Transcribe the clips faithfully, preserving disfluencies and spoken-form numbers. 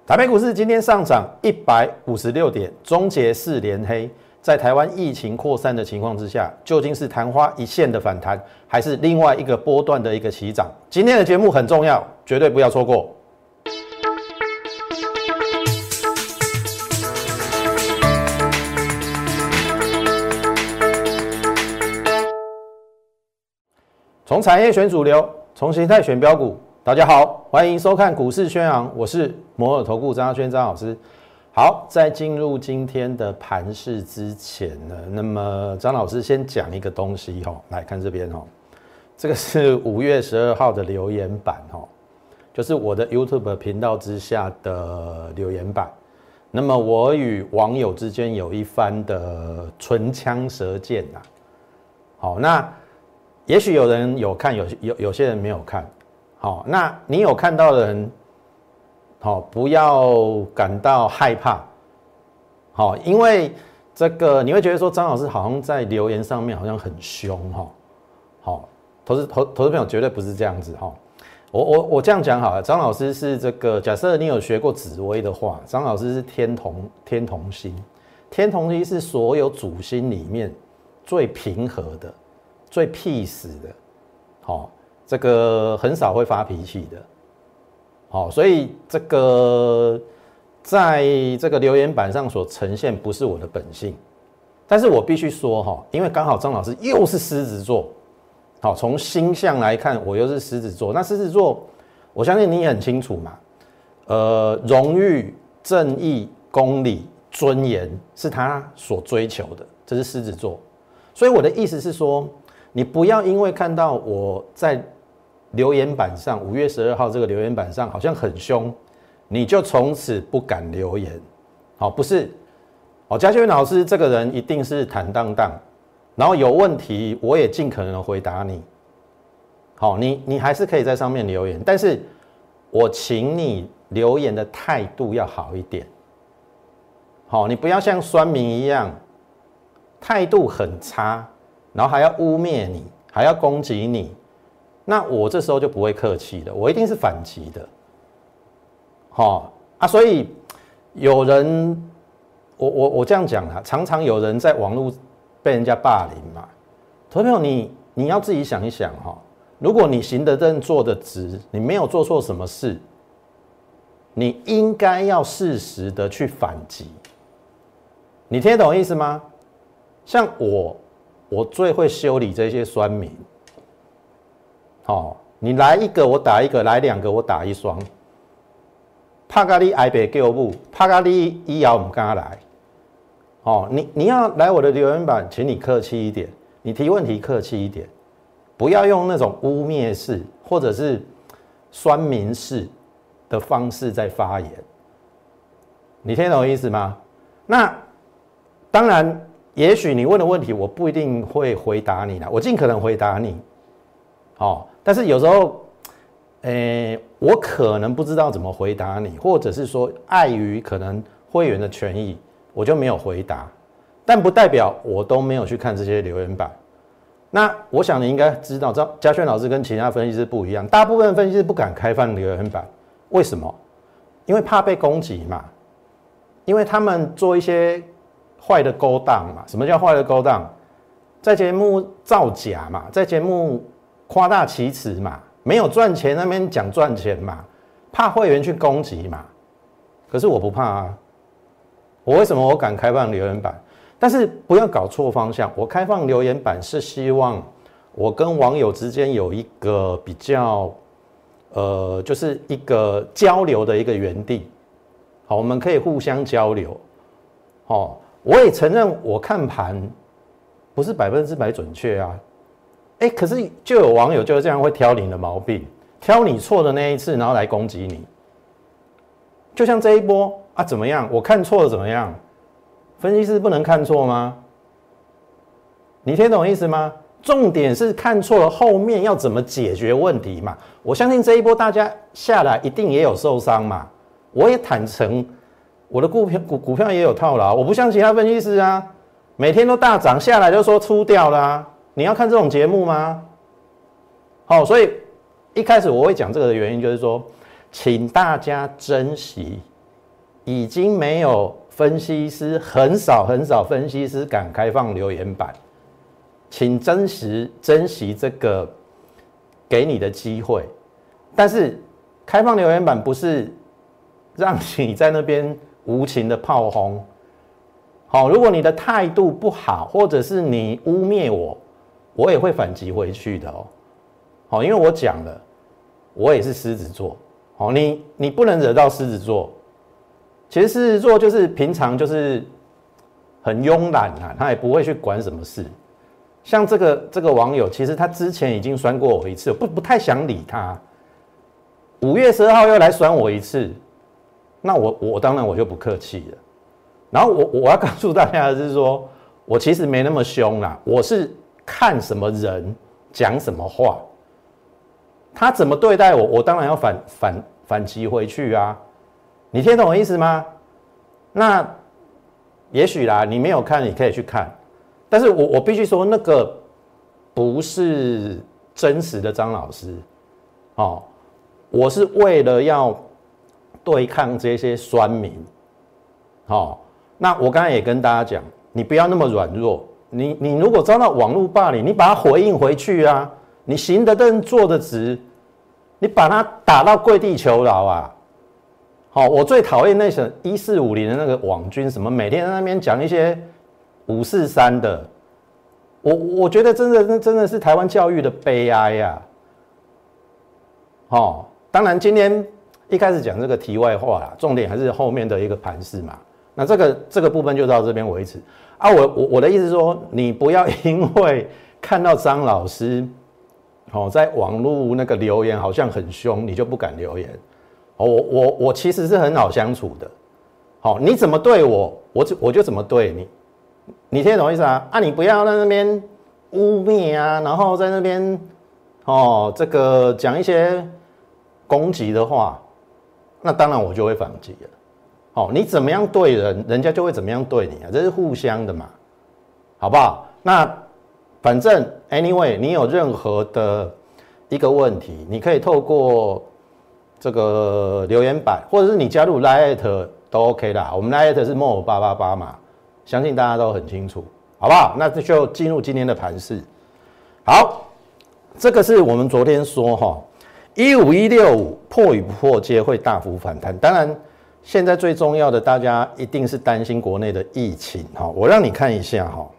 台北股市今天上涨一百五十六点，终结四连黑。在台湾疫情扩散的情况之下，究竟是昙花一现的反弹，还是另外一个波段的一个起涨？今天的节目很重要，绝对不要错过。从产业选主流，从形态选标股。大家好，欢迎收看股市宣扬，我是摩尔投顾张嘉轩张老师。好，在进入今天的盘势之前呢，那么张老师先讲一个东西哈，来看这边哈，这个是五月十二号的留言板哈，就是我的 YouTube 频道之下的留言板。那么我与网友之间有一番的唇枪舌剑呐。好，那也许有人有看，有有有些人没有看。好，那你有看到的人，好，不要感到害怕，好，因为这个你会觉得说张老师好像在留言上面好像很凶哈，好，投资投投资朋友绝对不是这样子哈，我我我这样讲好了，张老师是这个，假设你有学过紫微的话，张老师是天同天同星，天同星是所有主星里面最平和的、最 peace 的，好。这个很少会发脾气的，好，所以这个在这个留言板上所呈现不是我的本性，但是我必须说哈，因为刚好张老师又是狮子座，好，从星象来看我又是狮子座，那狮子座我相信你也很清楚嘛，呃，荣誉、正义、公理、尊严是他所追求的，这是狮子座，所以我的意思是说，你不要因为看到我在留言板上，五月十二号这个留言板上好像很凶，你就从此不敢留言。好，不是，好，嘉轩老师这个人一定是坦荡荡，然后有问题我也尽可能的回答你。好，你你还是可以在上面留言，但是我请你留言的态度要好一点。好，你不要像酸民一样，态度很差，然后还要污蔑你，还要攻击你。那我这时候就不会客气的，我一定是反击的，好啊，所以有人，我我我这样讲啦，常常有人在网络被人家霸凌嘛，投资朋友你你要自己想一想哈，如果你行得正坐得直，你没有做错什么事，你应该要适时的去反击，你听得懂意思吗？像我，我最会修理这些酸民。哦，你来一个我打一个，来两个我打一双。怕咖喱挨北救不，怕咖喱医疗我们跟他来。哦，你你要来我的留言板，请你客气一点，你提问题客气一点，不要用那种污蔑式或者是酸民式的方式在发言。你听懂我意思吗？那当然，也许你问的问题我不一定会回答你啦，我尽可能回答你。哦，但是有时候，诶，我可能不知道怎么回答你，或者是说碍于可能会员的权益，我就没有回答。但不代表我都没有去看这些留言板。那我想你应该知道，嘉轩老师跟其他分析师不一样，大部分分析师不敢开放留言板，为什么？因为怕被攻击嘛，因为他们做一些坏的勾当嘛。什么叫坏的勾当？在节目造假嘛，在节目夸大其词嘛，没有赚钱那边讲赚钱嘛，怕会员去攻击嘛。可是我不怕啊，我为什么我敢开放留言板？但是不要搞错方向，我开放留言板是希望我跟网友之间有一个比较，呃，就是一个交流的一个园地。好，我们可以互相交流。哦，我也承认我看盘不是百分之百准确啊。哎，可是就有网友就是这样会挑你的毛病，挑你错的那一次，然后来攻击你。就像这一波啊，怎么样？我看错了怎么样？分析师不能看错吗？你听懂意思吗？重点是看错了后面要怎么解决问题嘛。我相信这一波大家下来一定也有受伤嘛。我也坦诚，我的股票股股票也有套牢，我不像其他分析师啊，每天都大涨下来就说出掉啦、啊。你要看这种节目吗？好，所以一开始我会讲这个的原因就是说，请大家珍惜已经没有分析师，很少很少分析师敢开放留言板，请珍惜珍惜这个给你的机会。但是开放留言板不是让你在那边无情的炮轰。好，如果你的态度不好，或者是你污蔑我，我也会反击回去的哦。好，因为我讲了，我也是狮子座。好，你你不能惹到狮子座。其实狮子座就是平常就是很慵懒啊，他也不会去管什么事。像这个这个网友，其实他之前已经酸过我一次，我不不太想理他。五月十二号又来酸我一次，那我我当然我就不客气了。然后我我要告诉大家的是说，我其实没那么凶啦，我是看什么人讲什么话，他怎么对待我，我当然要反反反击回去啊。你听懂我意思吗？那也许啦，你没有看，你可以去看，但是我我必须说，那个不是真实的张老师哦，我是为了要对抗这些酸民，哦。那我刚才也跟大家讲，你不要那么软弱。你你如果遭到网络霸凌，你把它回应回去啊，你行得正坐得直，你把它打到跪地求饶啊。好，我最讨厌那些一四五零的那个网军，什么每天在那边讲一些五四三的，我我觉得真的真的是台湾教育的悲哀呀。哦，当然今天一开始讲这个题外话啦，重点还是后面的一个盘势嘛。那这个这个部分就到这边为止啊。我我我的意思是说，你不要因为看到张老师，哦，在网络那个留言好像很凶，你就不敢留言。哦，我我我其实是很好相处的。好，哦，你怎么对我，我就我就怎么对你。你听得懂意思啊？啊，你不要在那边污蔑啊，然后在那边哦这个讲一些攻击的话，那当然我就会反击了。哦，你怎么样对人，人家就会怎么样对你啊，这是互相的嘛，好不好？那反正 anyway， 你有任何的一个问题，你可以透过这个留言板，或者是你加入 Line 都 OK 啦。我们 Line 是 more 八八八嘛，相信大家都很清楚，好不好？那就进入今天的盘势。好，这个是我们昨天说哈，一五一六五破与不破皆会大幅反弹，当然。现在最重要的，大家一定是担心国内的疫情哈。我让你看一下哈，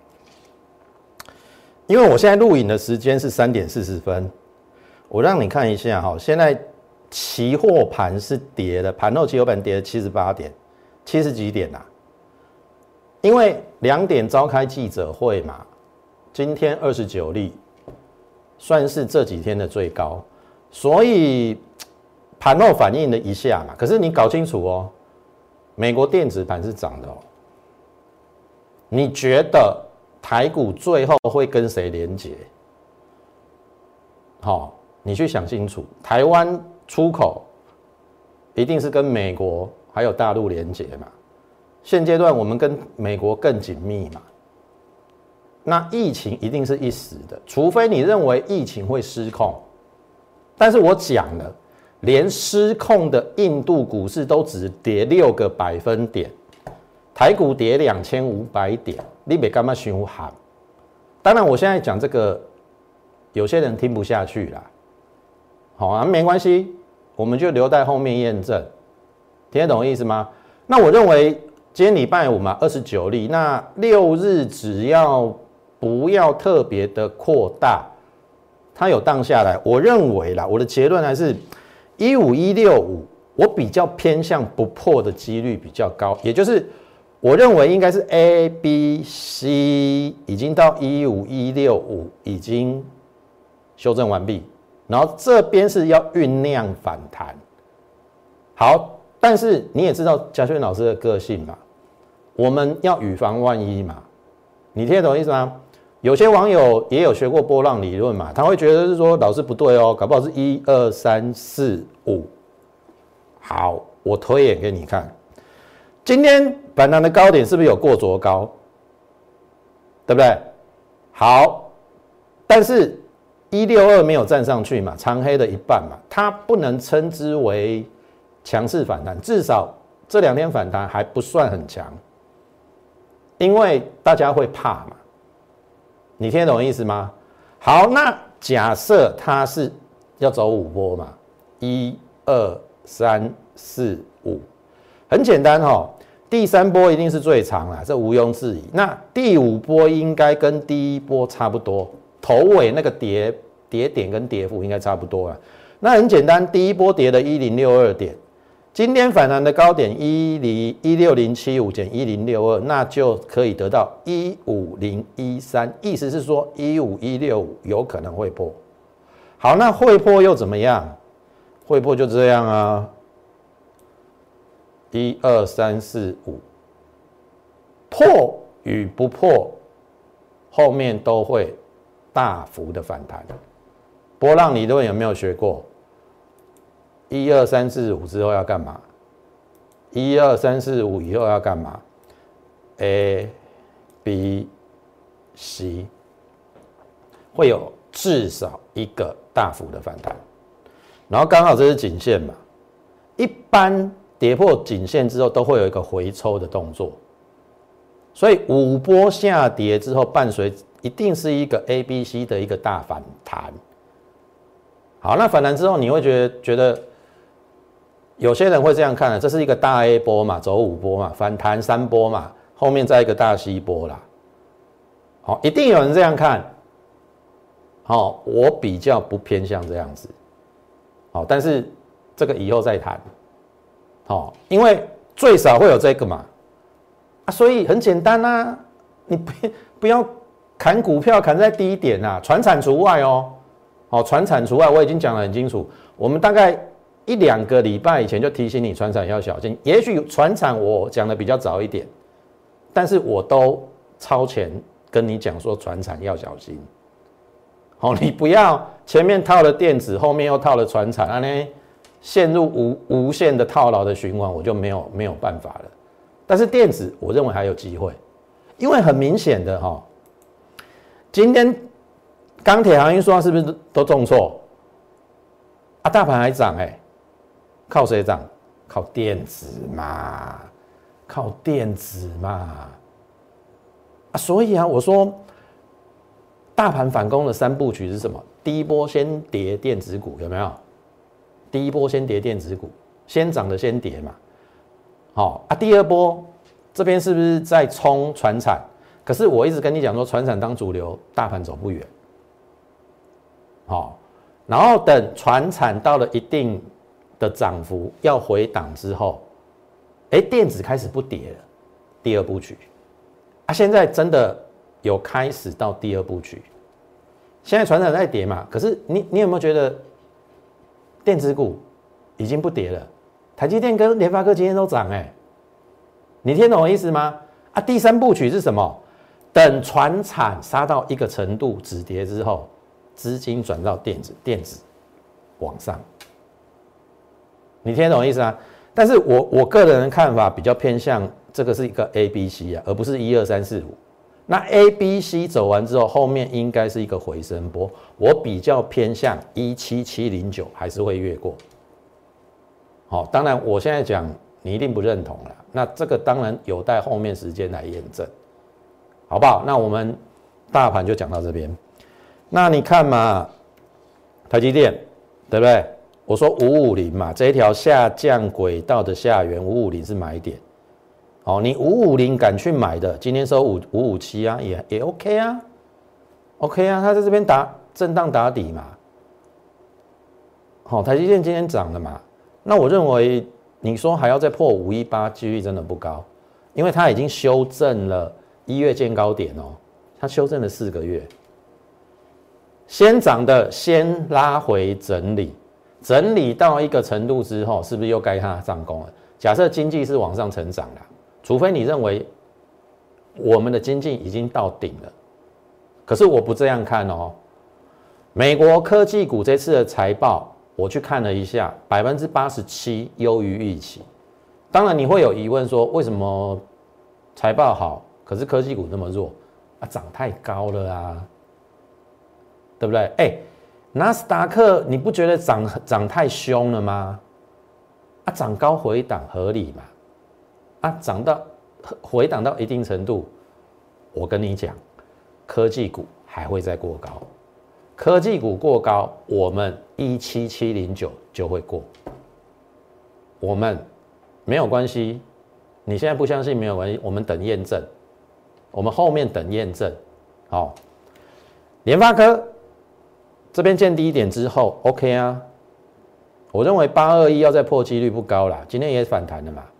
因为我现在录影的时间是三点四十分，我让你看一下哈。现在期货盘是跌的，盘后期货盘跌了七十八点，七十几点啊？因为两点召开记者会嘛，今天二十九例，算是这几天的最高，所以盘后反应了一下嘛。可是你搞清楚哦。美国电子盘是涨的哦，你觉得台股最后会跟谁连结？好、哦，你去想清楚，台湾出口一定是跟美国还有大陆连结嘛？现阶段我们跟美国更紧密嘛？那疫情一定是一时的，除非你认为疫情会失控，但是我讲了。连失控的印度股市都只跌六个百分点，台股跌两千五百点，你别干嘛凶喊？当然，我现在讲这个，有些人听不下去啦。好啊，没关系，我们就留在后面验证。听得懂意思吗？那我认为今天礼拜五嘛，二十九例，那六日只要不要特别的扩大，它有荡下来，我认为啦，我的结论还是。一五一六五，我比较偏向不破的几率比较高，也就是我认为应该是 A、B、C 已经到一五一六五已经修正完毕，然后这边是要酝酿反弹。好，但是你也知道嘉轩老师的个性嘛，我们要预防万一嘛，你听得懂意思吗？有些网友也有学过波浪理论嘛，他会觉得是说老师不对哦，搞不好是一二三四五。好，我推演给你看，今天反弹的高点是不是有过昨高？对不对？好，但是一六二没有站上去嘛，长黑的一半嘛，它不能称之为强势反弹，至少这两天反弹还不算很强，因为大家会怕嘛。你听得懂意思吗？好，那假设它是要走五波嘛，一二三四五，很简单哦。第三波一定是最长啦，这毋庸置疑。那第五波应该跟第一波差不多，头尾那个跌跌点跟跌幅应该差不多啦。那很简单，第一波跌了一零六二点，今天反弹的高点一六零七五减一零六二，那就可以得到一五零一三，意思是说一五一六五有可能会破。好，那会破又怎么样？会破就这样啊。一二三四五，破与不破，后面都会大幅的反弹。波浪理论有没有学过？一二三四五之后要干嘛？一二三四五以后要干嘛 ？A、B、C 会有至少一个大幅的反弹，然后刚好这是颈线嘛，一般。跌破颈线之后，都会有一个回抽的动作，所以五波下跌之后，伴随一定是一个 A、B、C 的一个大反弹。好，那反弹之后，你会觉得觉得有些人会这样看的，这是一个大 A 波嘛，走五波嘛，反弹三波嘛，后面再一个大 C 波啦。好，一定有人这样看。好，我比较不偏向这样子。好，但是这个以后再谈。哦，因为最少会有这个嘛，啊，所以很简单啊，你不不要砍股票砍在低点啊，传产除外哦，哦，传产除外，我已经讲得很清楚，我们大概一两个礼拜以前就提醒你传产要小心，也许传产我讲的比较早一点，但是我都超前跟你讲说传产要小心，好，你不要前面套了电子，后面又套了传产，啊呢。陷入无无限的套牢的循环，我就没有没有办法了。但是电子，我认为还有机会，因为很明显的哈，今天钢铁航运双是不是都重挫？啊，大盘还涨哎、欸，靠谁涨？靠电子嘛，靠电子嘛。啊，所以啊，我说大盘反攻的三部曲是什么？第一波先跌电子股，有没有？第一波先跌电子股，先涨的先跌嘛，好、哦、啊。第二波这边是不是在冲传产？可是我一直跟你讲说，传产当主流，大盘走不远。好、哦，然后等传产到了一定的涨幅要回档之后，哎，电子开始不跌了，第二部曲啊，现在真的有开始到第二部曲。现在传产在跌嘛，可是你你有没有觉得？电子股已经不跌了，台积电跟联发科今天都涨哎、欸，你听懂我意思吗？啊，第三部曲是什么？等传产杀到一个程度止跌之后，资金转到电子，电子往上，你听懂我意思啊？但是我我个人的看法比较偏向这个是一个 A、B、C 啊，而不是一二三四五。那 A、B、C 走完之后，后面应该是一个回升波，我比较偏向一七七零九，还是会越过。好、哦，当然我现在讲你一定不认同了，那这个当然有待后面时间来验证，好不好？那我们大盘就讲到这边。那你看嘛，台积电对不对？我说五五零嘛，这一条下降轨道的下缘五五零是买点。哦，你五五零敢去买的，今天收五五七啊，也也 OK 啊 ，OK 啊，它在这边打震荡打底嘛。好、哦，台积电今天涨了嘛，那我认为你说还要再破五一八，几率真的不高，因为它已经修正了一月见高点哦，它修正了四个月，先涨的先拉回整理，整理到一个程度之后，是不是又该它上攻了？假设经济是往上成长了。除非你认为我们的经济已经到顶了，可是我不这样看哦。美国科技股这次的财报，我去看了一下，百分之八十七优于预期。当然你会有疑问说，为什么财报好，可是科技股那么弱啊？涨太高了啊，对不对？哎，纳斯达克你不觉得涨涨太凶了吗？啊，涨高回档合理嘛？ 啊，涨到回档到一定程度，我跟你讲，科技股还会再过高。科技股过高，我们一七七零九就会过。我们没有关系，你现在不相信没有关系，我们等验证，我们后面等验证。好，联发科这边见低点之后 ，OK 啊，我认为八二一要再破几率不高啦，今天也反弹了嘛。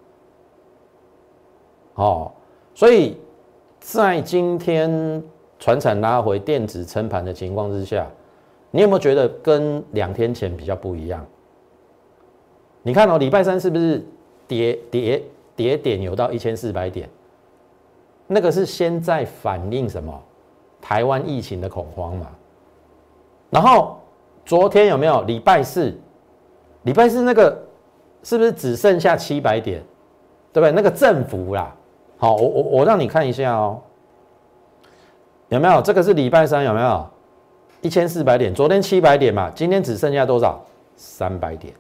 哦，所以在今天传产拉回电子撑盘的情况之下，你有没有觉得跟两天前比较不一样？你看哦，礼拜三是不是跌跌跌点有到一千四百点？那个是先在反映什么？台湾疫情的恐慌嘛。然后昨天有没有礼拜四？礼拜四那个是不是只剩下七百点？对不对？那个振幅啦。好，我我我让你看一下哦。有没有？这个是礼拜三有没有？一千四百点，昨天七百点嘛，今天只剩下多少？三百点。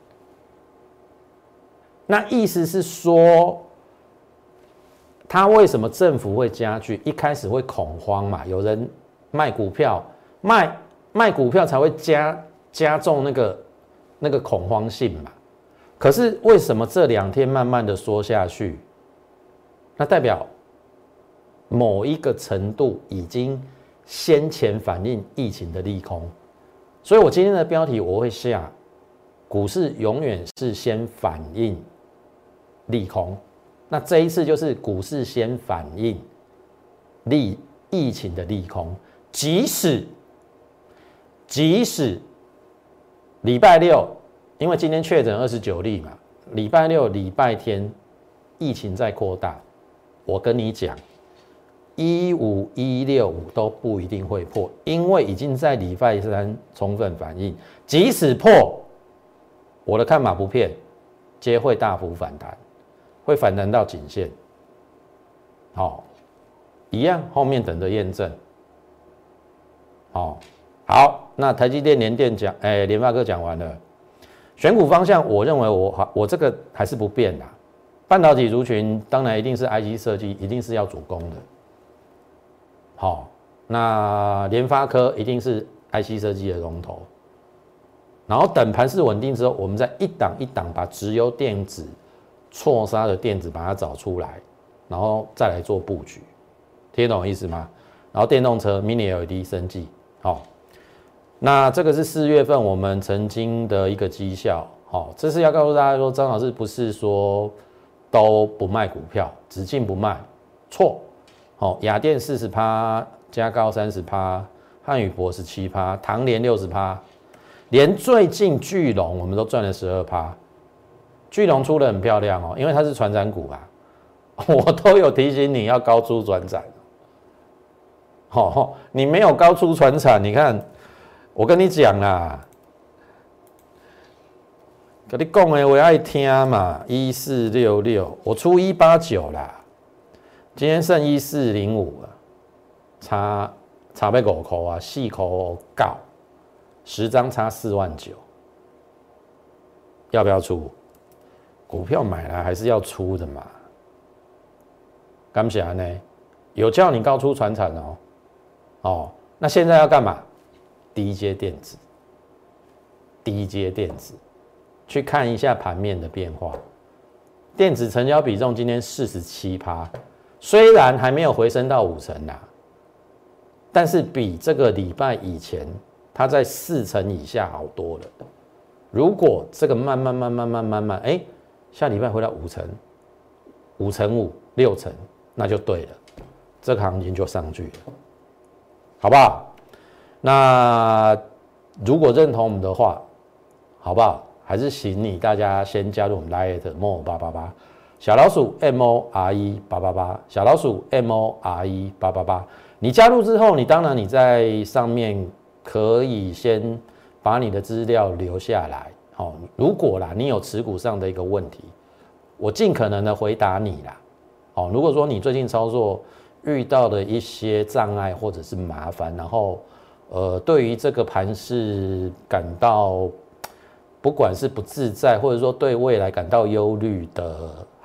那意思是说，它为什么政府会加剧？一开始会恐慌嘛，有人卖股票，卖卖股票才会加加重那个那个恐慌性嘛。可是为什么这两天慢慢的缩下去？那代表某一个程度已经先前反映疫情的利空，所以我今天的标题我会下，股市永远是先反映利空，那这一次就是股市先反映利疫情的利空，即使即使礼拜六，因为今天确诊二十九例嘛，礼拜六、礼拜天疫情在扩大，我跟你讲。一五一六五都不一定会破，因为已经在礼拜三充分反应，即使破，我的看法不变，皆会大幅反弹，会反弹到颈线。好，一样，后面等着验证。好，好，那台积电、联电讲，哎，联发科讲完了，选股方向，我认为我我这个还是不变啦。半导体族群当然一定是 I C 设计，一定是要主攻的。好，那联发科一定是 I C 设计的龙头，然后等盘势稳定之后，我们再一档一档把直优电子错杀的电子把它找出来，然后再来做布局，听懂意思吗？然后电动车 Mini L E D 生技，好，那这个是四月份我们曾经的一个绩效，好，这是要告诉大家说，张老师不是说都不卖股票，只进不卖，错。好，亚电四十趴，嘉高三十趴，汉语博十七趴，唐联六十趴，连最近巨龙我们都赚了十二趴。巨龙出得很漂亮哦，因为它是传产股啊，我都有提醒你要高出传产。哦，你没有高出传产，你看，我跟你讲啦，跟你讲的我爱听嘛，一四六六，我出一八九啦。今天剩一四零五啊，差差被五块啊，四块九，十张差四万九，要不要出？股票买来还是要出的嘛。感谢呢，有叫你高出传产哦，哦，那现在要干嘛？低阶电子，低阶电子，去看一下盘面的变化。电子成交比重今天四十七趴。虽然还没有回升到五成啦，但是比这个礼拜以前，它在四成以下好多了。如果这个慢慢慢慢慢慢慢，哎，下礼拜回到五成、五成五、六成，那就对了，这个行情就上去了，好不好？那如果认同我们的话，好不好？还是请你大家先加入我们 Line more 八八八。小老鼠 M O R E 八八八，小老鼠 M O R E 八八八。你加入之后，你当然你在上面可以先把你的资料留下来。好，如果啦你有持股上的一个问题，我尽可能的回答你啦。好，如果说你最近操作遇到的一些障碍或者是麻烦，然后呃对于这个盘势感到不管是不自在，或者说对未来感到忧虑的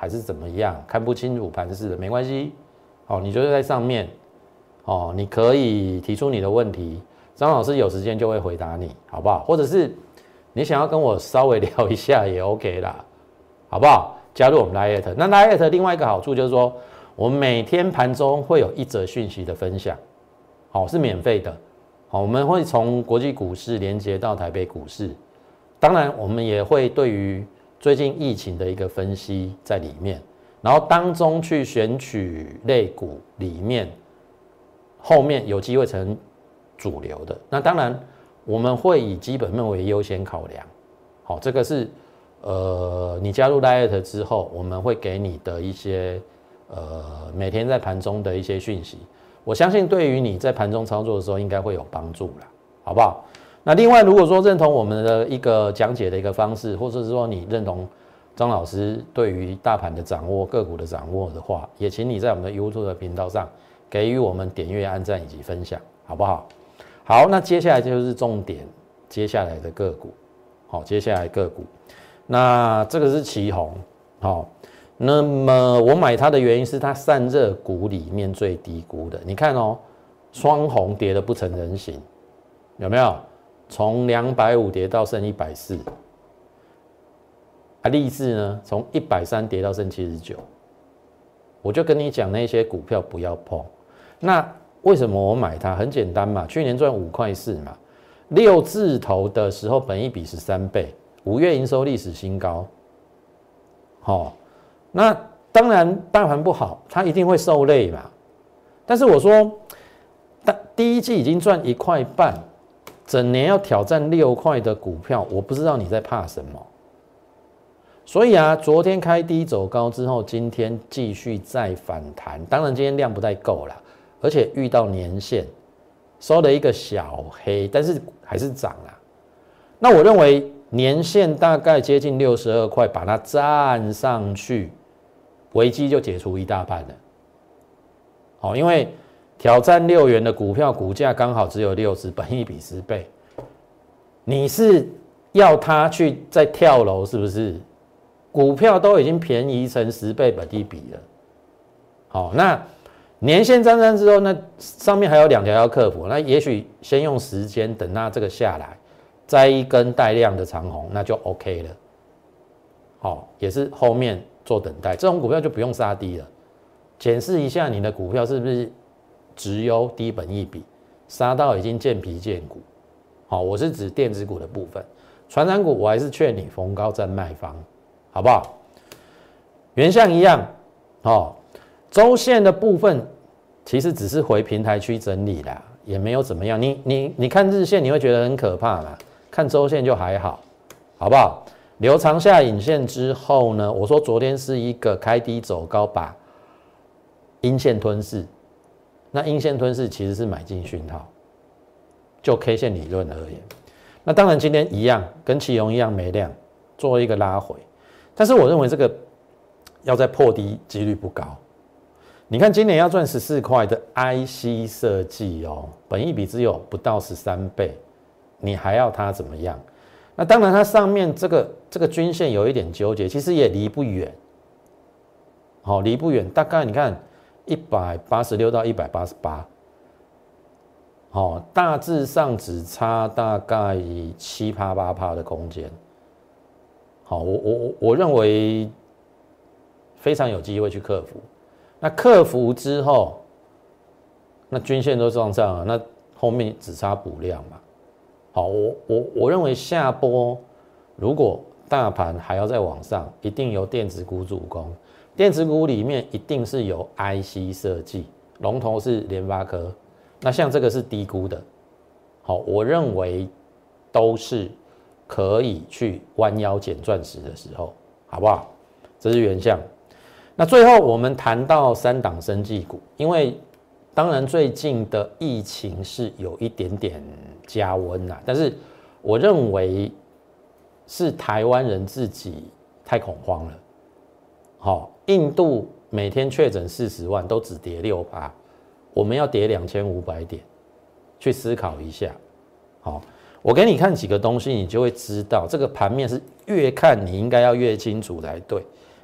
还是怎么样，看不清楚盘势的没关系，哦，你就是在上面，哦，你可以提出你的问题，张老师有时间就会回答你，好不好？或者是你想要跟我稍微聊一下也 OK 啦，好不好？加入我们 Line， 那 Line 另外一个好处就是说，我们每天盘中会有一则讯息的分享，好，是免费的，好，我们会从国际股市连接到台北股市，当然我们也会对于最近疫情的一个分析在里面，然后当中去选取类股里面后面有机会成主流的，那当然我们会以基本面为优先考量，好，这个是呃你加入 Line 之后，我们会给你的一些呃每天在盘中的一些讯息，我相信对于你在盘中操作的时候应该会有帮助啦，好不好？那另外如果说认同我们的一个讲解的一个方式，或者是说你认同张老师对于大盘的掌握、个股的掌握的话，也请你在我们的 YouTube 的频道上给予我们点阅、按赞以及分享，好不好？好，那接下来就是重点，接下来的个股，好，接下来个股，那这个是奇鋐，好，那么我买它的原因是它散热股里面最低估的，你看哦，双红跌得不成人形，有没有？从两百五跌到剩一百四十，啊，励志呢，从一百三跌到剩七十九，我就跟你讲那些股票不要碰。那为什么我买它？很简单嘛，去年赚五块四嘛，六字头的时候本益比十三倍，五月营收历史新高。好、哦，那当然大盘不好，它一定会受累嘛。但是我说，第一季已经赚一块半。整年要挑战六块的股票，我不知道你在怕什么。所以啊，昨天开低走高之后，今天继续再反弹。当然今天量不太够啦，而且遇到年线，收了一个小黑，但是还是涨啦。那我认为年线大概接近六十二块，把它站上去，危机就解除一大半了。好，因为挑战六元的股票，股价刚好只有六十，本益比十倍，你是要它去再跳楼是不是？股票都已经便宜成十倍本益比了。好，那年线站上之后，那上面还有两条要克服，那也许先用时间等它这个下来，再一根带量的长红，那就 OK 了。好，也是后面做等待，这种股票就不用杀低了，检视一下你的股票是不是质优低本益比，杀到已经见皮见骨。好，我是指电子股的部分，传产股我还是劝你逢高占卖方，好不好？原相一样，好，周线的部分其实只是回平台区整理啦，也没有怎么样。你你你看日线你会觉得很可怕嘛，看周线就还好，好不好？留长下影线之后呢，我说昨天是一个开低走高，把阴线吞噬。那阴线吞噬其实是买进讯号，就 K 线理论而言。那当然今天一样，跟奇鋐一样没量，做一个拉回。但是我认为这个要再破低几率不高。你看今年要赚十四块的 I C 设计哦，本益比只有不到十三倍，你还要它怎么样？那当然它上面这个这个均线有一点纠结，其实也离不远。好、哦，离不远，大概你看。一百八十六到一百八十八，好，大致上只差大概七趴八趴的空间。好，我我我认为非常有机会去克服。那克服之后，那均线都撞上了，那后面只差补量嘛。好，我我我认为下波如果大盘还要再往上，一定由电子股主攻。电子股里面一定是有 I C 设计，龙头是联发科，那像这个是低估的，好，我认为都是可以去弯腰捡钻石的时候，好不好？这是原相。那最后我们谈到三档生技股，因为当然最近的疫情是有一点点加温啦，但是我认为是台湾人自己太恐慌了。好，印度每天确诊四十万都只跌六趴，我们要跌两千五百点，去思考一下。好，我给你看几个东西，你就会知道这个盘面是越看你应该要越清楚才对。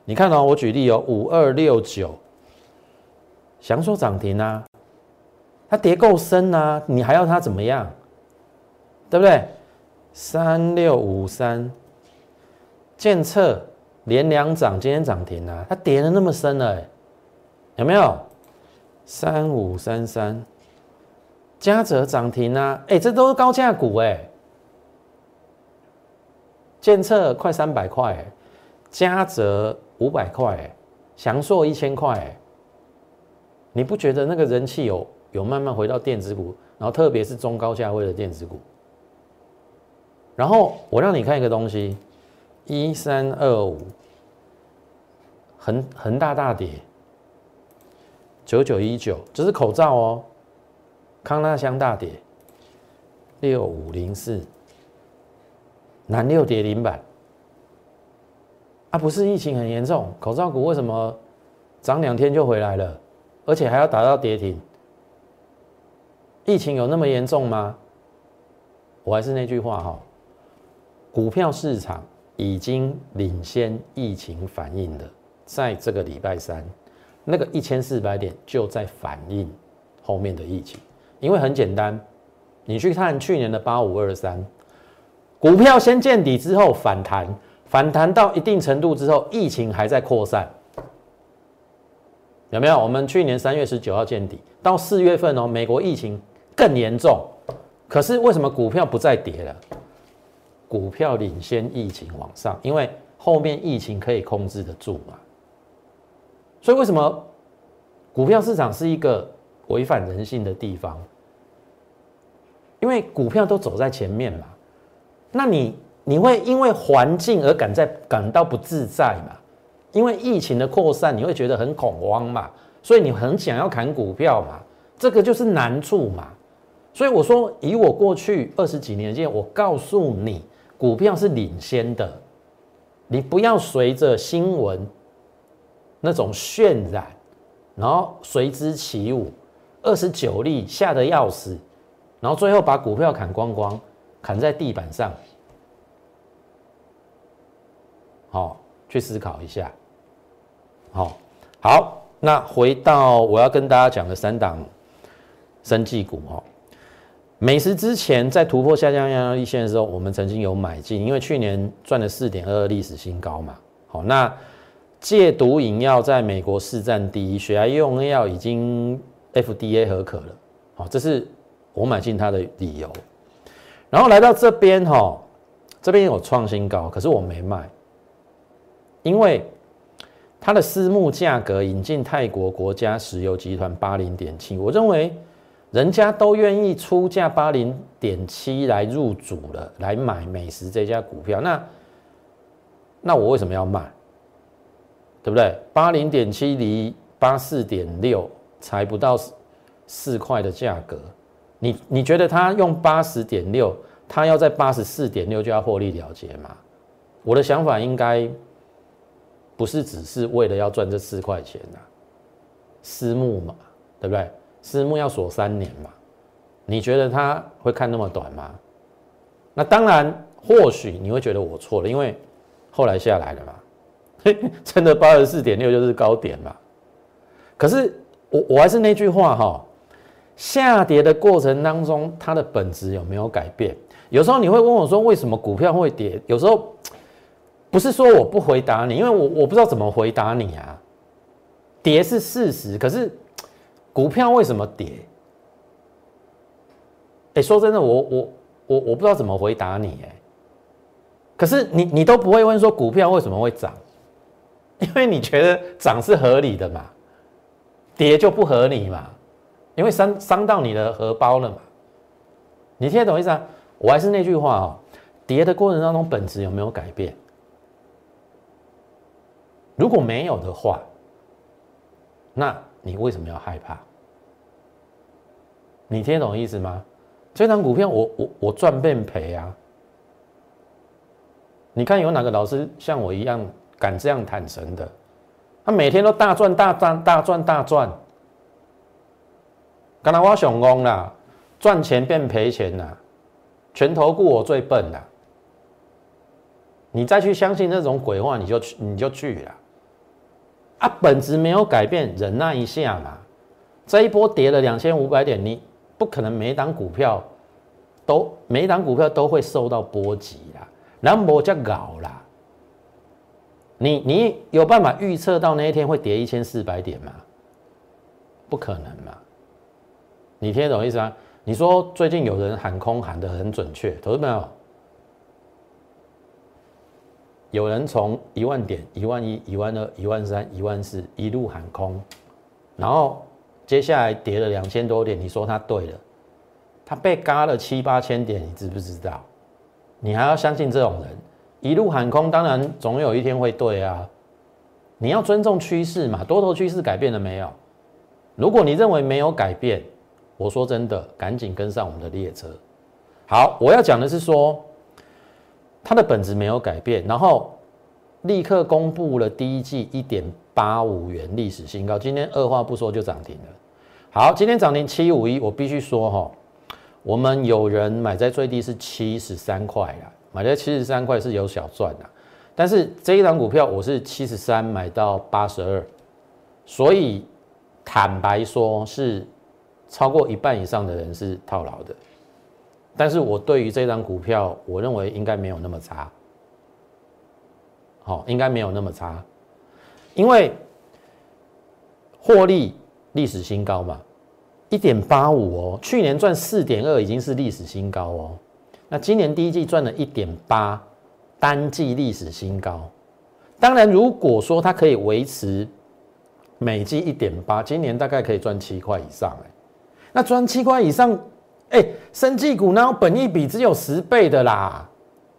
你看哦，我举例哦，五二六九，翔硕涨停啊，它跌够深啊，你还要它怎么样？对不对？三六五三，建策连两涨，今天涨停啊，它跌得那么深了，有没有？三五三三，嘉泽涨停啊，哎，这都是高价股哎，建策快三百块哎，嘉泽五百块哎，翔硕一千块哎，你不觉得那个人气有有慢慢回到电子股，然后特别是中高价位的电子股？然后我让你看一个东西，一三二五，恒恒大大跌，九九一九，这是口罩哦，康那香大跌，六五零四，南六跌零板，啊，不是疫情很严重，口罩股为什么涨两天就回来了，而且还要打到跌停？疫情有那么严重吗？我还是那句话哈。股票市场已经领先疫情反应了，在这个礼拜三，那个一千四百点就在反映后面的疫情。因为很简单，你去看去年的八五二三，股票先见底之后反弹，反弹到一定程度之后，疫情还在扩散，有没有？我们去年三月十九号见底，到四月份哦，美国疫情更严重，可是为什么股票不再跌了？股票领先疫情往上，因为后面疫情可以控制得住嘛。所以为什么股票市场是一个违反人性的地方？因为股票都走在前面嘛，那你你会因为环境而感在感到不自在嘛？因为疫情的扩散，你会觉得很恐慌嘛，所以你很想要砍股票嘛，这个就是难处嘛。所以我说，以我过去二十几年间，我告诉你。股票是领先的，你不要随着新闻那种渲染，然后随之起舞，二十九例吓得要死，然后最后把股票砍光光，砍在地板上。好，去思考一下。好，好，那回到我要跟大家讲的三档生技股哦。美食之前在突破下降压力线的时候，我们曾经有买进，因为去年赚了 四点二二 历史新高嘛。好，那戒毒饮药在美国市占第一，血癌用药已经 F D A 核可了。好，这是我买进它的理由。然后来到这边哈，这边有创新高，可是我没卖，因为它的私募价格引进泰国国家石油集团 八十点七， 我认为。人家都愿意出价 八十点七 来入主了，来买美食这家股票，那那我为什么要卖？对不对？ 八十点七 离 八十四点六 才不到四块的价格，你你觉得他用 八十点六， 他要在 八十四点六 就要获利了结吗？我的想法应该不是只是为了要赚这四块钱啊，私募嘛，对不对？私募要锁三年嘛，你觉得他会看那么短吗？那当然，或许你会觉得我错了，因为后来下来了嘛，真的 八十四点六 就是高点嘛。可是我我还是那句话哈，下跌的过程当中，它的本质有没有改变？有时候你会问我说，为什么股票会跌？有时候不是说我不回答你，因为我我不知道怎么回答你啊。跌是事实，可是。股票为什么跌？哎，说真的，我我我我不知道怎么回答你哎。可是你你都不会问说股票为什么会涨，因为你觉得涨是合理的嘛，跌就不合理嘛，因为伤伤到你的荷包了嘛。你听得懂意思啊？我还是那句话哦，跌的过程当中本质有没有改变？如果没有的话，那你为什么要害怕？你听得懂意思吗？这张股票我我我赚变赔啊！你看有哪个老师像我一样敢这样坦诚的？他每天都大赚大赚大赚大赚，刚才我想讲啦，赚钱变赔钱啦，全投顾我最笨啦！你再去相信那种鬼话，你就你就去啦。 啊，本质没有改变，忍耐一下嘛。这一波跌了两千五百点，你不可能每一档股票都每一档股票都会受到波及啦，然后没这搞啦。你你有办法预测到那一天会跌一千四百点吗？不可能嘛。你听得懂意思吗？你说最近有人喊空喊得很准确，投资朋友，有人从一万点、一万一、一万二、一万三、一万四一路喊空，然后接下来跌了两千多点，你说他对了，他被嘎了七八千点，你知不知道？你还要相信这种人一路喊空，当然总有一天会对啊。你要尊重趋势嘛，多头趋势改变了没有？如果你认为没有改变，我说真的，赶紧跟上我们的列车。好，我要讲的是说，它的本质没有改变，然后立刻公布了第一季 一点八五元历史新高，今天二话不说就涨停了。好，今天涨停七五一，我必须说哈，我们有人买在最低是七十三块啦，买在七十三块是有小赚啦，但是这一档股票我是七十三买到八十二，所以坦白说是超过一半以上的人是套牢的。但是我对于这张股票，我认为应该没有那么差，好，应该没有那么差，因为获利历史新高嘛， 一点八五 哦，去年赚 四点二 已经是历史新高哦，那今年第一季赚了 一点八， 单季历史新高。当然，如果说它可以维持每季 一点八， 今年大概可以赚七块以上，哎，那赚七块以上。哎、欸，生技股哪有本益比只有十倍的啦？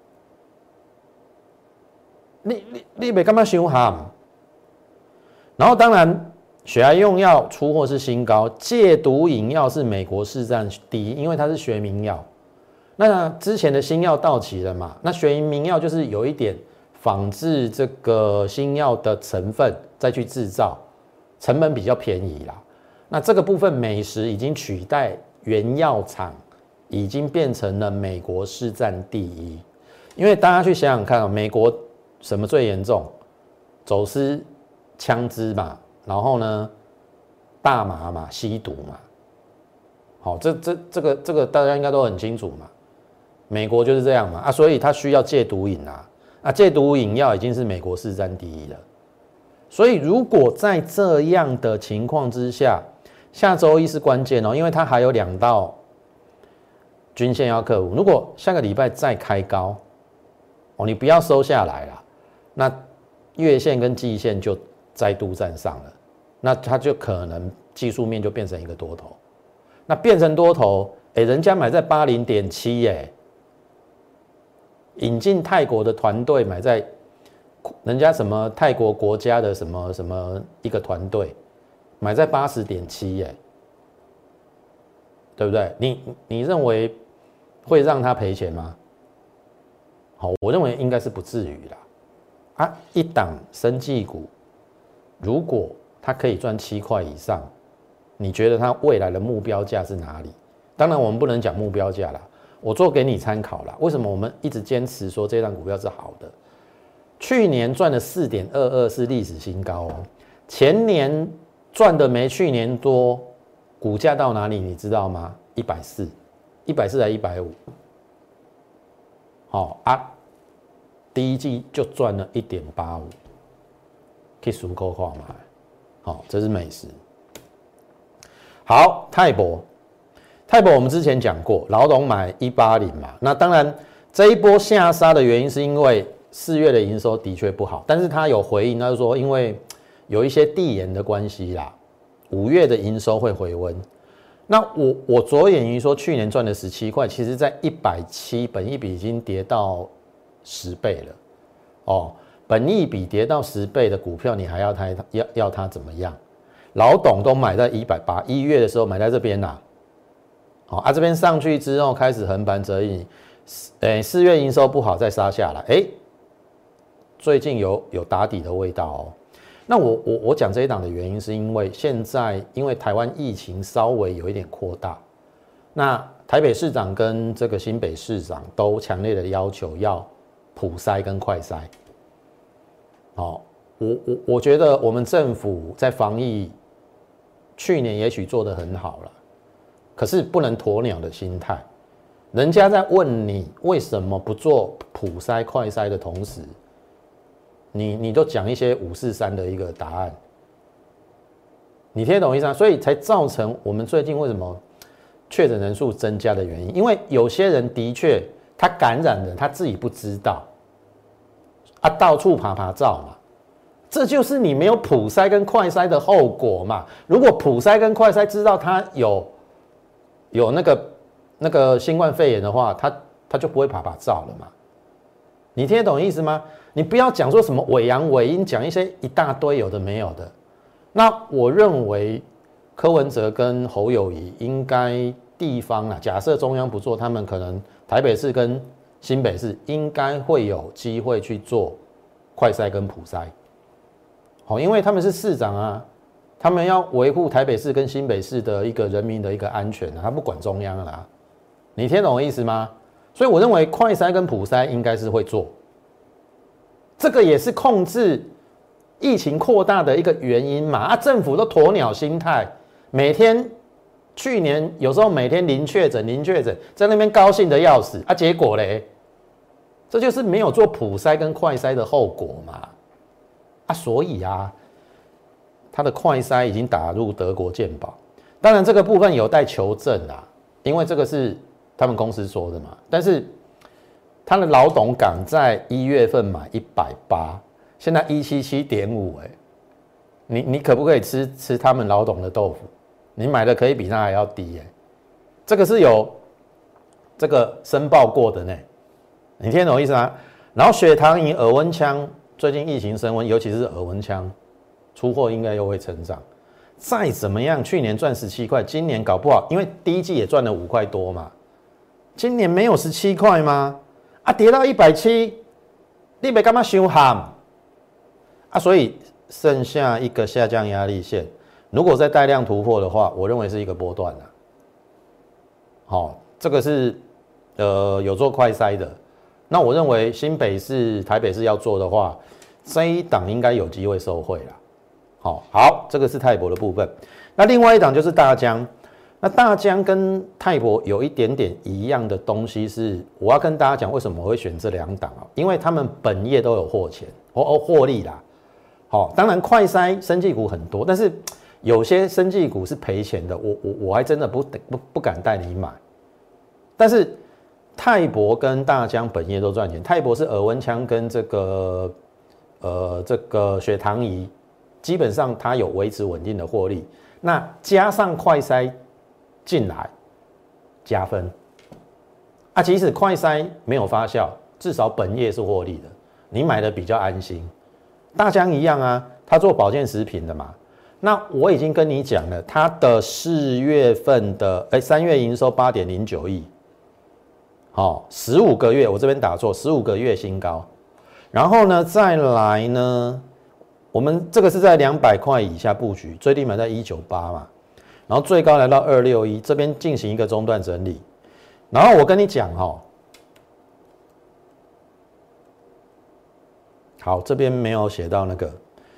你你你别干嘛凶悍？然后当然，血癌用药出货是新高，戒毒饮药是美国市占第一，因为它是学名药。那之前的新药到期了嘛？那学名药就是有一点仿制这个新药的成分再去制造，成本比较便宜啦。那这个部分美食已经取代。原药厂已经变成了美国市占第一，因为大家去想想看、哦、美国什么最严重？走私枪支嘛，然后呢，大麻嘛，吸毒嘛，好、哦，这这这个这个大家应该都很清楚嘛。美国就是这样嘛，啊，所以它需要戒毒瘾啊，啊，戒毒饮药已经是美国市占第一了。所以如果在这样的情况之下，下周一是关键哦，因为它还有两道均线要克服。如果下个礼拜再开高，哦，你不要收下来啦，那月线跟季线就再度站上了，那它就可能技术面就变成一个多头。那变成多头，哎，人家买在 八十点七 耶，引进泰国的团队买在人家什么泰国国家的什么什么一个团队。买在 八十点七 耶，对不对？你你认为会让他赔钱吗？好，我认为应该是不至于啦。啊，一档生技股，如果它可以赚七块以上，你觉得它未来的目标价是哪里？当然，我们不能讲目标价啦，我做给你参考啦。为什么我们一直坚持说这档股票是好的？去年赚的 四点二二 是历史新高哦，前年。赚的没去年多，股价到哪里你知道吗？一百四，一百四还一百五，好啊，第一季就赚了一点八五，可以数口话嘛，好，这是美食。好，泰博，泰博我们之前讲过，老董买一八零嘛，那当然这一波下杀的原因是因为四月的营收的确不好，但是他有回应，他就说因为。有一些递延的关系啦，五月的营收会回温。那我我着眼于说，去年赚了十七块，其实在一百七，本益比已经跌到十倍了。哦，本益比跌到十倍的股票，你还要它要要它怎么样？老董都买在一百八，一月的时候买在这边啦。好、哦、啊，这边上去之后开始横盘整理，诶，四月营收不好再杀下来，哎，最近有有打底的味道哦。那我我我讲这一档的原因，是因为现在因为台湾疫情稍微有一点扩大，那台北市长跟这个新北市长都强烈的要求要普筛跟快筛，好、哦， 我我我觉得我们政府在防疫去年也许做得很好了，可是不能鸵鸟的心态。人家在问你为什么不做普筛、快筛的同时，你你都讲一些五四三的一个答案，你听得懂意思吗？所以才造成我们最近为什么确诊人数增加的原因，因为有些人的确他感染了，他自己不知道，啊，到处爬爬照嘛，这就是你没有普筛跟快筛的后果嘛。如果普筛跟快筛知道他有有那个那个新冠肺炎的话，他他就不会爬爬照了嘛。你听得懂意思吗？你不要讲说什么伪阳伪阴，讲一些一大堆有的没有的。那我认为柯文哲跟侯友宜应该地方啊，假设中央不做，他们可能台北市跟新北市应该会有机会去做快筛跟普筛，好，因为他们是市长啊，他们要维护台北市跟新北市的一个人民的一个安全啊，他不管中央了啦，你听懂我意思吗？所以我认为快筛跟普筛应该是会做，这个也是控制疫情扩大的一个原因嘛。啊，政府都鸵鸟心态，每天去年有时候每天零确诊零确诊，在那边高兴的要死啊，结果嘞，这就是没有做普筛跟快筛的后果嘛。啊，所以啊，他的快筛已经打入德国健保，当然这个部分有待求证啦，因为这个是他们公司说的嘛。但是他的老董港在一月份买一百八，现在一七七点五，哎，你你可不可以吃吃他们老董的豆腐？你买的可以比他还要低，哎，这个是有这个申报过的呢，你听懂我意思吗？然后血糖仪、耳温枪，最近疫情升温，尤其是耳温枪出货应该又会成长。再怎么样，去年赚十七块，今年搞不好，因为第一季也赚了五块多嘛，今年没有十七块吗？啊，跌到一百七，你别干嘛伤喊啊？所以剩下一个下降压力线，如果再带量突破的话，我认为是一个波段啦。好、哦，这个是呃有做快筛的，那我认为新北市、台北市要做的话，这一档应该有机会受惠啦。好、哦，好，这个是泰博的部分。那另外一档就是大江。那大江跟泰博有一点点一样的东西是，我要跟大家讲为什么我会选这两档啊？因为他们本业都有获钱，哦哦获利啦。好，当然快筛生技股很多，但是有些生技股是赔钱的，我我我还真的不不不敢带你买。但是泰博跟大江本业都赚钱，泰博是耳温枪跟这个呃这个血糖仪，基本上它有维持稳定的获利，那加上快筛进来加分啊，即使快筛没有发酵，至少本业是获利的，你买的比较安心。大江一样啊，他做保健食品的嘛，那我已经跟你讲了，他的四月份的哎三月营收八点零九亿，好，十五个月我这边打错，十五个月新高。然后呢，再来呢，我们这个是在两百块以下布局，最低买在一九八嘛。然后最高来到二六一，这边进行一个中段整理。然后我跟你讲哦，好，这边没有写到那个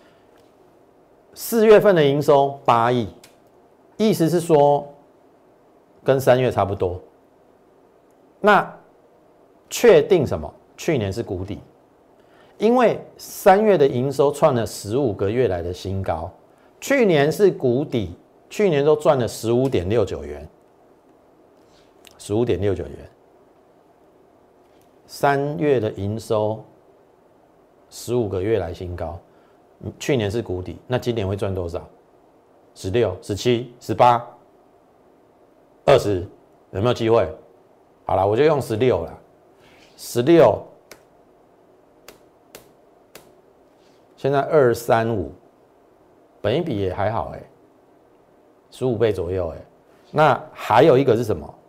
四月份的营收八亿，意思是说跟三月差不多。那确定什么？去年是谷底，因为三月的营收创了十五个月来的新高，去年是谷底。去年都赚了十五点六九元，十五点六九元。三月的营收十五个月来新高，去年是谷底，那今年会赚多少？十六、十七、十八、二十，有没有机会？好啦，我就用十六啦，十六，现在二三五，本益比也还好哎、欸。十五倍左右，哎，那还有一个是什么？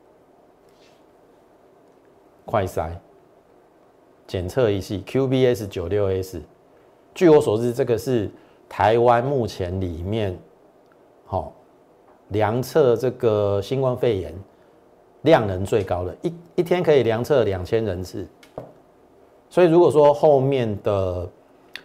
快筛检测仪器 Q B S 九六 S， 据我所知，这个是台湾目前里面，好、哦、量测这个新冠肺炎量能最高的，一一天可以量测两千人次。所以如果说后面的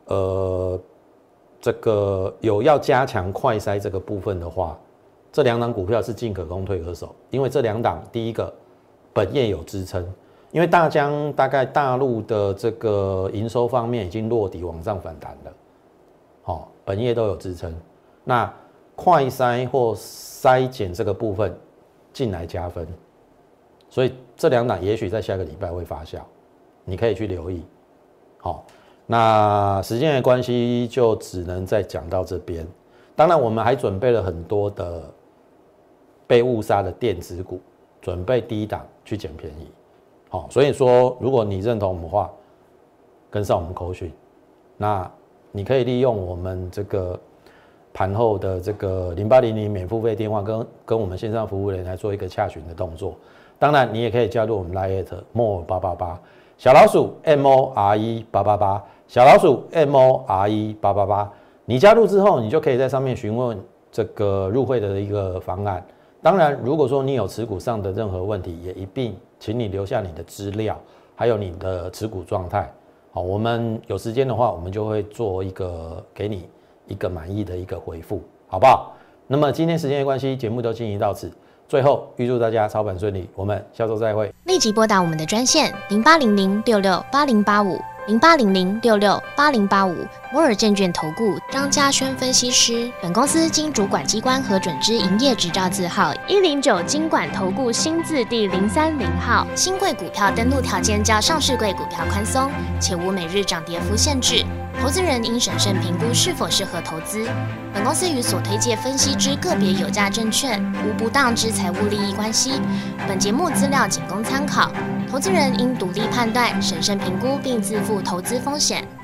呃这个有要加强快筛这个部分的话，这两档股票是进可攻退可守，因为这两档第一个本业有支撑，因为大江大概大陆的这个营收方面已经落底往上反弹了，哦，本业都有支撑，那快筛或筛检这个部分进来加分，所以这两档也许在下个礼拜会发酵，你可以去留意。好，那时间的关系就只能再讲到这边。当然，我们还准备了很多的被误杀的电子股，准备低档去捡便宜。好，所以说，如果你认同我们的话，跟上我们口讯，那你可以利用我们这个盘后的这个零八零零免付费电话跟跟我们线上服务人来做一个洽询的动作。当然，你也可以加入我们 Line more 八八八小老鼠 M O R E 八八八小老鼠 M O R E 八八八。你加入之后，你就可以在上面询问这个入会的一个方案。当然，如果说你有持股上的任何问题，也一并请你留下你的资料，还有你的持股状态。好，我们有时间的话，我们就会做一个给你一个满意的一个回复，好不好？那么今天时间的关系，节目都进行到此。最后预祝大家操盘顺利，我们下周再会。 立即拨打我们的专线零八零零六六八零八五零八零零六六八零八五摩尔证券投顾张嘉轩分析师。本公司经主管机关核准之营业执照字号一零九金管投顾新字第零三零号。新贵股票登录条件较上市贵股票宽松，且无每日涨跌幅限制。投资人应审慎评估是否适合投资。本公司与所推介分析之个别有价证券无不当之财务利益关系。本节目资料仅供参考，投资人应独立判断、审慎评估并自负投资风险。